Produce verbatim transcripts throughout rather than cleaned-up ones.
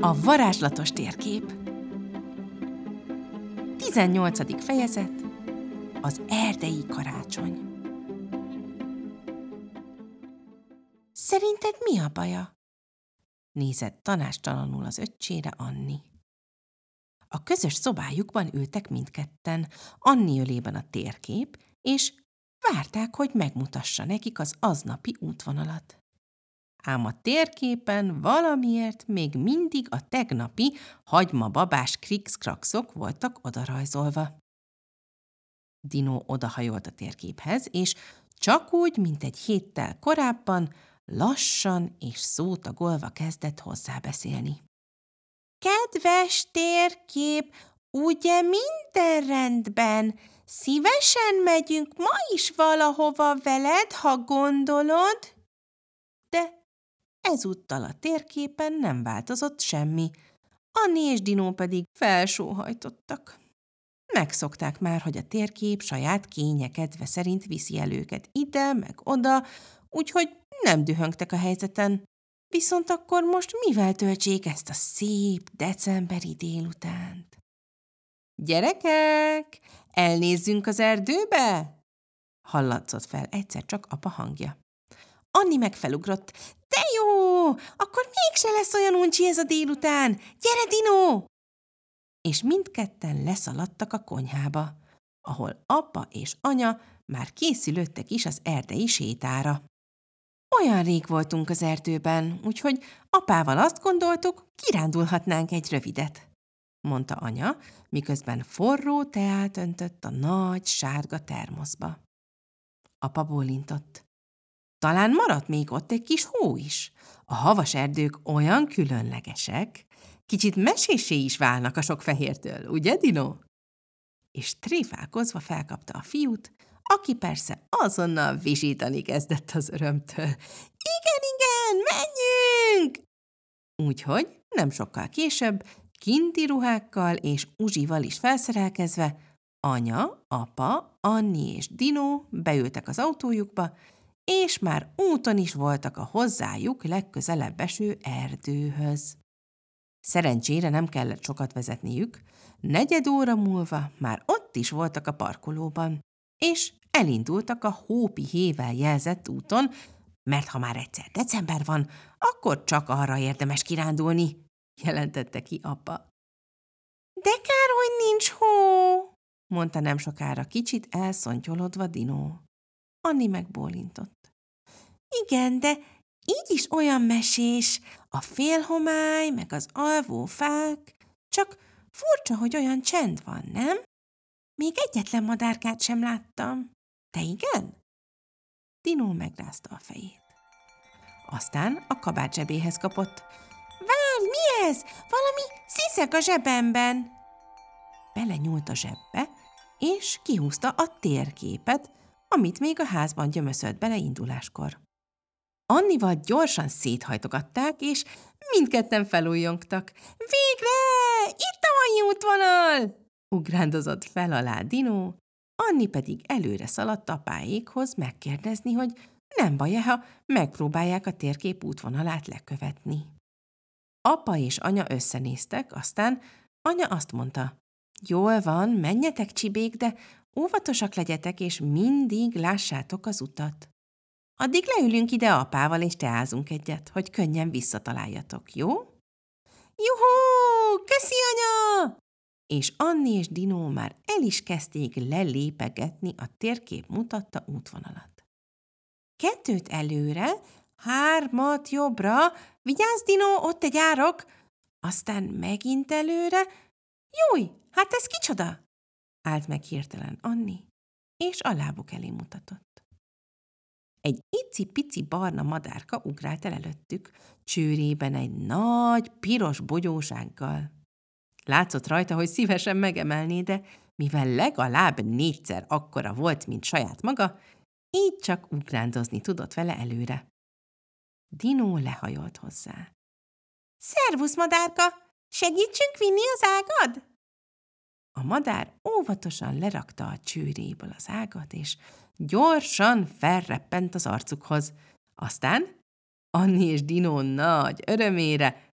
A varázslatos térkép. tizennyolcadik fejezet. Az erdei karácsony. Szerinted mi a baja? Nézett tanástalanul az öccsére Anni. A közös szobájukban ültek mindketten, Anni ölében a térkép, és várták, hogy megmutassa nekik az aznapi útvonalat. Ám a térképen valamiért még mindig a tegnapi hagymababás krikszkrakszok voltak odarajzolva. Dino odahajolt a térképhez, és csak úgy, mint egy héttel korábban, lassan és szótagolva kezdett hozzábeszélni. Kedves térkép, ugye minden rendben? Szívesen megyünk ma is valahova veled, ha gondolod? De ezúttal a térképen nem változott semmi, Anni és Dino pedig felsóhajtottak. Megszokták már, hogy a térkép saját kénye kedve szerint viszi el őket ide, meg oda, úgyhogy nem dühöngtek a helyzeten. Viszont akkor most mivel töltsék ezt a szép decemberi délutánt? Gyerekek, elnézzünk az erdőbe? Hallatszott fel egyszer csak apa hangja. Anni meg felugrott. De jó! Akkor mégse lesz olyan uncsi ez a délután! Gyere, Dino! És mindketten leszaladtak a konyhába, ahol apa és anya már készülődtek is az erdei sétára. Olyan rég voltunk az erdőben, úgyhogy apával azt gondoltuk, kirándulhatnánk egy rövidet, mondta anya, miközben forró teát öntött a nagy, sárga termoszba. Apa bólintott. Talán maradt még ott egy kis hó is. A havas erdők olyan különlegesek, kicsit mesésé is válnak a sok fehértől, ugye, Dino? És tréfálkozva felkapta a fiút, aki persze azonnal visítani kezdett az örömtől. Igen, igen, menjünk! Úgyhogy nem sokkal később, kinti ruhákkal és uzsival is felszerelkezve, anya, apa, Anni és Dino beültek az autójukba, és már úton is voltak a hozzájuk legközelebb eső erdőhöz. Szerencsére nem kellett sokat vezetniük, negyed óra múlva már ott is voltak a parkolóban, és elindultak a hópihével jelzett úton, mert ha már egyszer december van, akkor csak arra érdemes kirándulni, jelentette ki apa. De kár, hogy nincs hó, mondta nem sokára kicsit elszontyolodva Dino. Anni megbólintott. Igen, de így is olyan mesés, a félhomály, meg az alvó fák, csak furcsa, hogy olyan csend van, nem? Még egyetlen madárkát sem láttam. Te igen? Dino megrázta a fejét. Aztán a kabát zsebéhez kapott. Várj, mi ez? Valami sziszeg a zsebemben. Belenyúlt a zsebbe, és kihúzta a térképet, amit még a házban gyömöszölt bele induláskor. Annival gyorsan széthajtogatták, és mindketten felújjongtak. Végre! Itt a mai útvonal! Ugrándozott fel alá Dino, Anni pedig előre szaladt apáékhoz megkérdezni, hogy nem baj-e, ha megpróbálják a térkép útvonalát lekövetni. Apa és anya összenéztek, aztán anya azt mondta, jól van, menjetek csibék, de óvatosak legyetek, és mindig lássátok az utat. Addig leülünk ide apával, és teázunk egyet, hogy könnyen visszataláljatok, jó? Juhó! Köszi, anya! És Anni és Dino már el is kezdték lelépegetni a térkép mutatta útvonalat. Kettőt előre, hármat jobbra, vigyázz, Dino, ott egy árok, aztán megint előre. Júj, hát ez kicsoda? Állt meg hirtelen Anni, és a lábuk elé mutatott. Egy icipici barna madárka ugrált el előttük, csőrében egy nagy, piros bogyósággal. Látszott rajta, hogy szívesen megemelné, de mivel legalább négyszer akkora volt, mint saját maga, így csak ugrándozni tudott vele előre. Dino lehajolt hozzá. Szervusz, madárka! Segítsünk vinni az ágad? A madár óvatosan lerakta a csőréből az ágat, és gyorsan felreppent az arcukhoz. Aztán Anni és Dino nagy örömére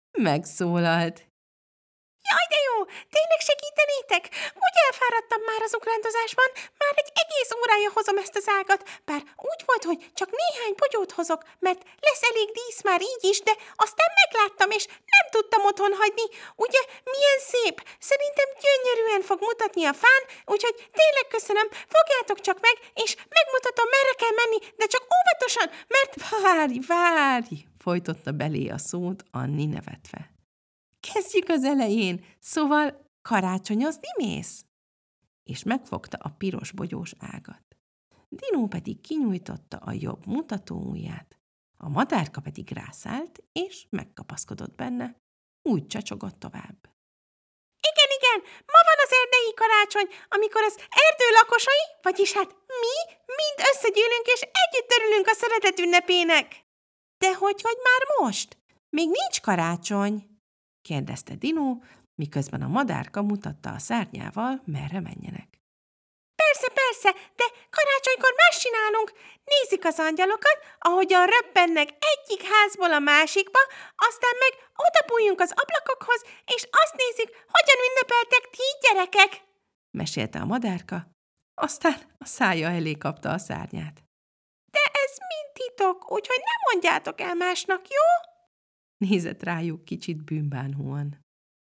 megszólalt. Jaj, de jó! Tényleg segítenétek? Úgy elfáradtam már az ugrándozásban, már egy egész órája hozom ezt az ágat, bár úgy volt, hogy csak néhány bogyót hozok, mert lesz elég dísz már így is, de aztán megláttam, és nem tudtam otthon hagyni. Ugye, milyen szép? Szerintem gyönyörűen fog mutatni a fán, úgyhogy tényleg köszönöm, fogjátok csak meg, és megmutatom, merre kell menni, de csak óvatosan, mert... Várj, várj! Folytotta belé a szót Anni nevetve. Kezdjük az elején, szóval karácsonyozni mész? És megfogta a piros bogyós ágat. Dinó pedig kinyújtotta a jobb mutatóujját, a madárka pedig rászállt, és megkapaszkodott benne, úgy csacsogott tovább. Igen, igen, ma van az erdei karácsony, amikor az erdő lakosai, vagyis hát mi, mind összegyűlünk, és együtt örülünk a szeretet ünnepének. De hogy, hogy már most? Még nincs karácsony? Kérdezte Dinó, miközben a madárka mutatta a szárnyával, merre menjenek. Persze, persze, de karácsonykor más csinálunk. Nézik az angyalokat, ahogyan röppennek egyik házból a másikba, aztán meg odabújjunk az ablakokhoz, és azt nézik, hogyan ünnepeltek ti gyerekek, mesélte a madárka, aztán a szája elé kapta a szárnyát. De ez mind titok, úgyhogy nem mondjátok el másnak, jó? Nézett rájuk kicsit bűnbánóan.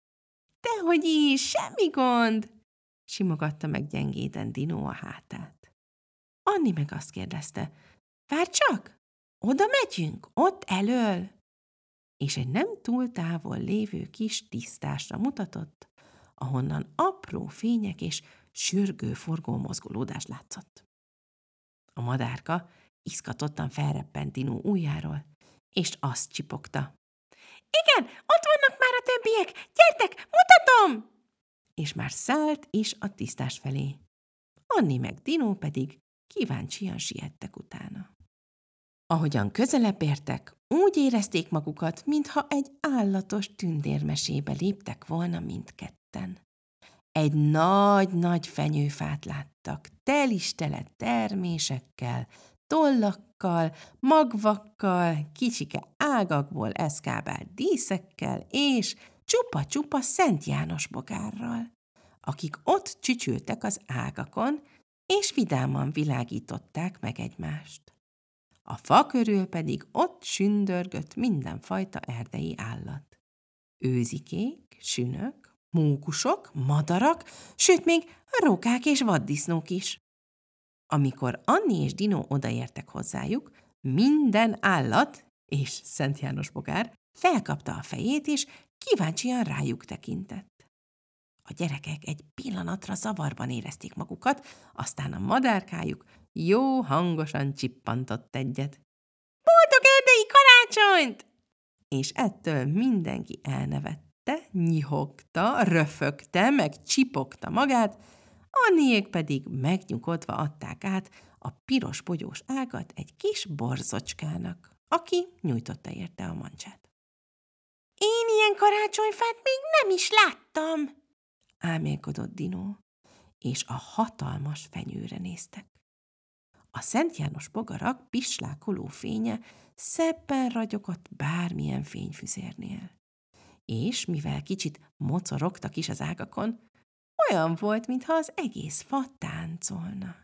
Dehogy is, semmi gond! Simogatta meg gyengéden Dinó a hátát. Anni meg azt kérdezte, várj csak, oda megyünk, ott elől. És egy nem túl távol lévő kis tisztásra mutatott, ahonnan apró fények és sürgő forgó mozgolódás látszott. A madárka izgatottan felreppent Dinó ujjáról, és azt csipogta. Igen, ott vannak már a többiek! Gyertek, mutatom! És már szállt is a tisztás felé. Anni meg Dinó pedig kíváncsian siettek utána. Ahogyan közelebb értek, úgy érezték magukat, mintha egy állatos tündérmesébe léptek volna mindketten. Egy nagy-nagy fenyőfát láttak, telistele termésekkel, tollakkal, magvakkal, kicsike ágakból eszkábált díszekkel, és csupa-csupa Szent János bogárral, akik ott csücsültek az ágakon, és vidáman világították meg egymást. A fa körül pedig ott sündörgött mindenfajta erdei állat. Őzikék, sünök, mókusok, madarak, sőt még rókák és vaddisznók is. Amikor Anni és Dinó odaértek hozzájuk, minden állat és Szent János bogár felkapta a fejét, és kíváncsian rájuk tekintett. A gyerekek egy pillanatra zavarban érezték magukat, aztán a madárkájuk jó hangosan csippantott egyet. Boldog erdei karácsonyt! És ettől mindenki elnevette, nyihogta, röfögte, meg csipogta magát, Anniék pedig megnyugodva adták át a piros bogyós ágat egy kis borzocskának, aki nyújtotta érte a mancsát. Én ilyen karácsonyfát még nem is láttam, álmélkodott Dinó, és a hatalmas fenyőre néztek. A Szent János bogarak pislákoló fénye szebben ragyogott bármilyen fényfüzérnél. És mivel kicsit mocorogtak is az ágakon, olyan volt, mintha az egész fa táncolna.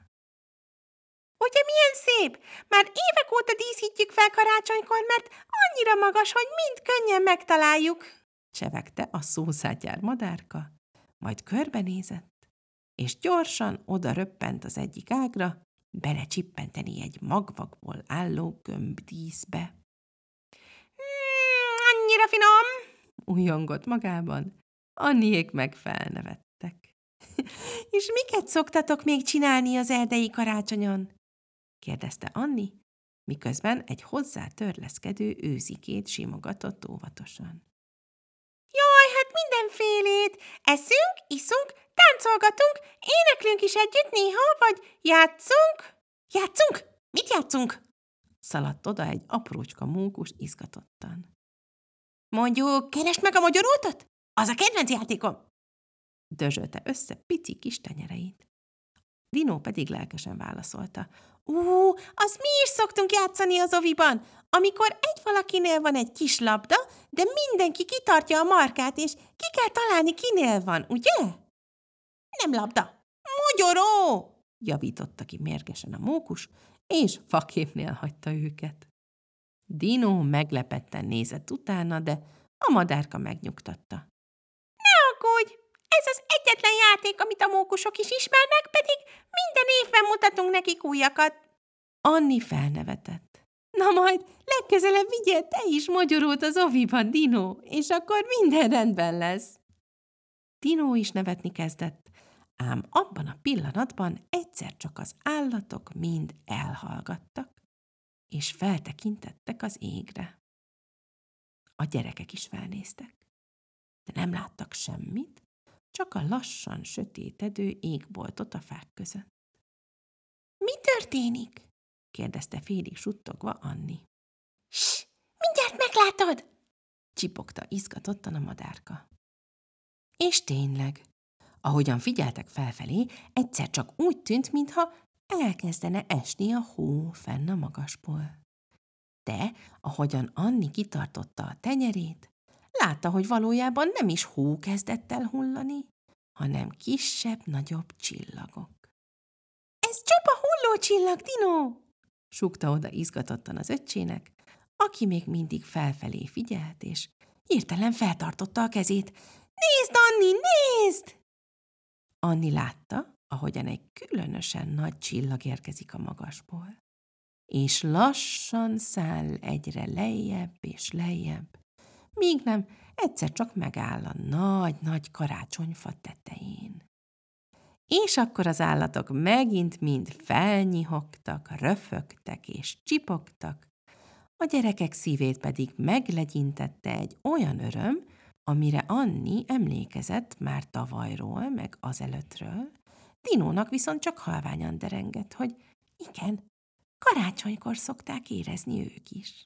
Ugye milyen szép? Már évek óta díszítjük fel karácsonykor, mert annyira magas, hogy mind könnyen megtaláljuk, csevegte a szószátyár madárka, majd körbenézett, és gyorsan oda röppent az egyik ágra, belecsippenteni egy magvakból álló gömbdíszbe. Hmm, annyira finom! Ujjongott magában, Anniék meg felnevettek. És miket szoktatok még csinálni az erdei karácsonyon? Kérdezte Anni, miközben egy hozzá törleszkedő őzikét simogatott óvatosan. Jaj, hát mindenfélét! Eszünk, iszunk, táncolgatunk, éneklünk is együtt néha, vagy játszunk? Játszunk? Mit játszunk? Szaladt oda egy aprócska mókus izgatottan. Mondjuk, keresd meg a magyarótot? Az a kedvenc játékom! Dörzsölte össze pici kis tenyereit. Dinó pedig lelkesen válaszolta. Ú, azt mi is szoktunk játszani az oviban. amikor egy valakinél van egy kis labda, de mindenki kitartja a markát, és ki kell találni, kinél van, ugye? Nem labda, mogyoró! Javította ki mérgesen a mókus, és faképnél hagyta őket. Dino meglepetten nézett utána, de a madárka megnyugtatta. Ne aggódj! Ez az egyetlen játék, amit a mókusok is ismernek, pedig minden évben mutatunk nekik újakat. Anni felnevetett. Na majd legközelebb vigyél te is mogyorót az oviban, Dino, és akkor minden rendben lesz. Dino is nevetni kezdett, ám abban a pillanatban egyszer csak az állatok mind elhallgattak, és feltekintettek az égre. A gyerekek is felnéztek, de nem láttak semmit, csak a lassan sötétedő égboltot a fák között. Mi történik? kérdezte félig suttogva Anni. Ss, mindjárt meglátod! Csipogta izgatottan a madárka. És tényleg, ahogyan figyeltek felfelé, egyszer csak úgy tűnt, mintha elkezdene esni a hó fenn a magasból. De, ahogyan Anni kitartotta a tenyerét, látta, hogy valójában nem is hó kezdett el hullani, hanem kisebb-nagyobb csillagok. Ez csupa hullócsillag, Dino! Súgta oda izgatottan az öccsének, aki még mindig felfelé figyelt, és hirtelen feltartotta a kezét. Nézd, Anni, nézd! Anni látta, ahogyan egy különösen nagy csillag érkezik a magasból, és lassan száll egyre lejjebb és lejjebb, míg nem egyszer csak megáll a nagy-nagy karácsonyfa tetején. És akkor az állatok megint mind felnyihogtak, röfögtek és csipogtak, a gyerekek szívét pedig meglegyintette egy olyan öröm, amire Anni emlékezett már tavalyról, meg azelőttről, Dinónak viszont csak halványan derengett, hogy igen, karácsonykor szokták érezni ők is.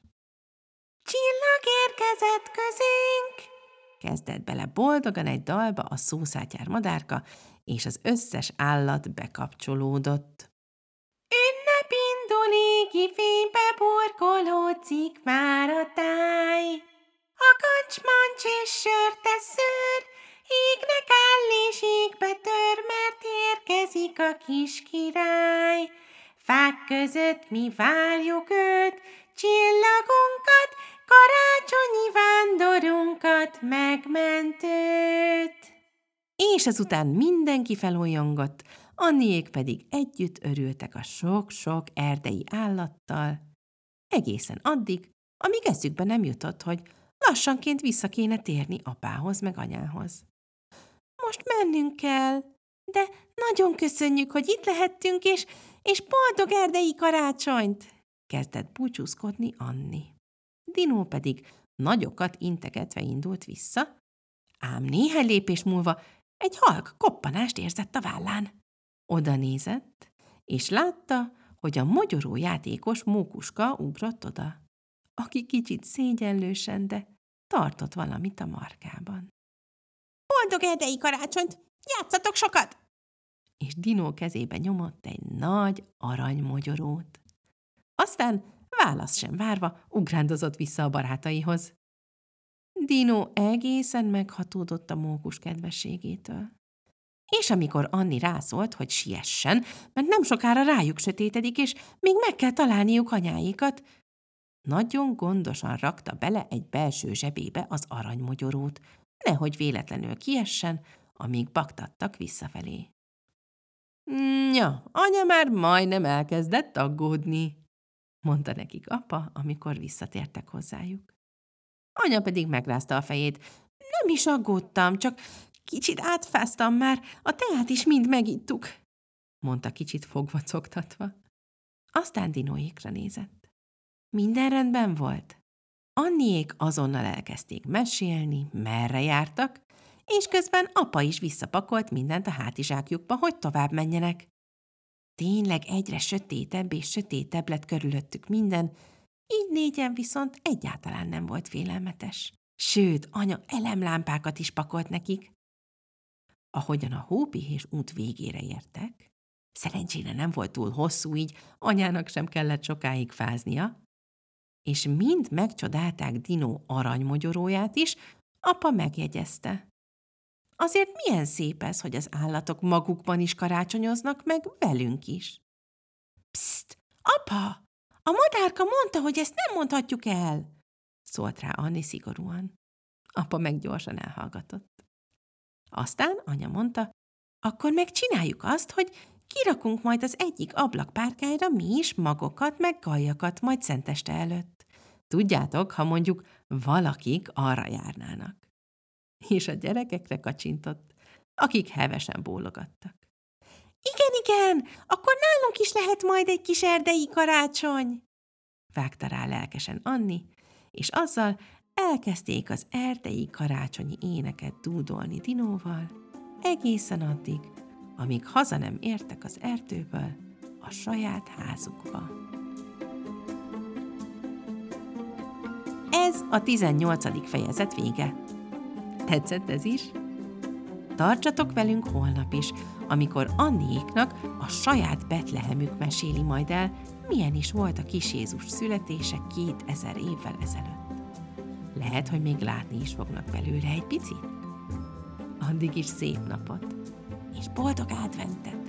Csillag érkezett közénk! Kezdett bele boldogan egy dalba a szószátyár madárka, és az összes állat bekapcsolódott. Ünnep indul, égi fénybe burkolódzik már a táj. A kancs-mancs és sörte szőr, égnek áll és égbe tör, mert érkezik a kis király. Fák között mi várjuk őt, csillagunkat, karácsonyi vándorunkat, megmentőt. És ezután mindenki felolyongott, Anniék pedig együtt örültek a sok-sok erdei állattal, egészen addig, amíg eszükbe nem jutott, hogy lassanként vissza kéne térni apához meg anyához. Most mennünk kell, de nagyon köszönjük, hogy itt lehettünk, és, és boldog erdei karácsonyt! Kezdett búcsúzkodni Anni. Dino pedig nagyokat integetve indult vissza, ám néhány lépés múlva egy halk koppanást érzett a vállán. Oda nézett, és látta, hogy a mogyoró játékos Mókuska ugrott oda, aki kicsit szégyenlősen, de tartott valamit a markában. Boldog erdei karácsonyt! Játszatok sokat! És Dino kezébe nyomott egy nagy aranymogyorót. Aztán választ sem várva ugrándozott vissza a barátaihoz. Dino egészen meghatódott a mókus kedvességétől. És amikor Anni rászólt, hogy siessen, mert nem sokára rájuk sötétedik, és még meg kell találniuk anyáikat, nagyon gondosan rakta bele egy belső zsebébe az aranymogyorót, nehogy véletlenül kiessen, amíg baktattak visszafelé. Ja, anya már majdnem elkezdett aggódni, mondta nekik apa, amikor visszatértek hozzájuk. Anya pedig megrázta a fejét. Nem is aggódtam, csak kicsit átfáztam már, a teát is mind megittuk, mondta kicsit fogvacogtatva. Aztán Dinóékra nézett. Minden rendben volt. Anniék azonnal elkezdték mesélni, merre jártak, és közben apa is visszapakolt mindent a hátizsákjukba, hogy tovább menjenek. Tényleg egyre sötétebb és sötétebb lett körülöttük minden, így négyen viszont egyáltalán nem volt félelmetes. Sőt, anya elemlámpákat is pakolt nekik. Ahogyan a hópihés út végére értek, szerencsére nem volt túl hosszú, így anyának sem kellett sokáig fáznia, és mind megcsodálták Dino aranymogyoróját is, apa megjegyezte. Azért milyen szép ez, hogy az állatok magukban is karácsonyoznak, meg velünk is. Pszt, apa! A madárka mondta, hogy ezt nem mondhatjuk el, szólt rá Anni szigorúan. Apa meg gyorsan elhallgatott. Aztán anya mondta, akkor meg csináljuk azt, hogy kirakunk majd az egyik ablakpárkányra mi is magokat, meg gajakat majd szenteste előtt. Tudjátok, ha mondjuk valakik arra járnának. És a gyerekekre kacsintott, akik hevesen bólogattak. Igen, igen, akkor nálunk is lehet majd egy kis erdei karácsony, vágta rá lelkesen Anni, és azzal elkezdték az erdei karácsonyi éneket dúdolni Dinóval, egészen addig, amíg haza nem értek az erdőből a saját házukba. Ez a tizennyolcadik fejezet vége. Tetszett ez is? Tartsatok velünk holnap is, amikor Anniéknak a saját Betlehemük meséli majd el, milyen is volt a kis Jézus születése kétezer évvel ezelőtt. Lehet, hogy még látni is fognak belőle egy picit. Addig is szép napot, és boldog adventet!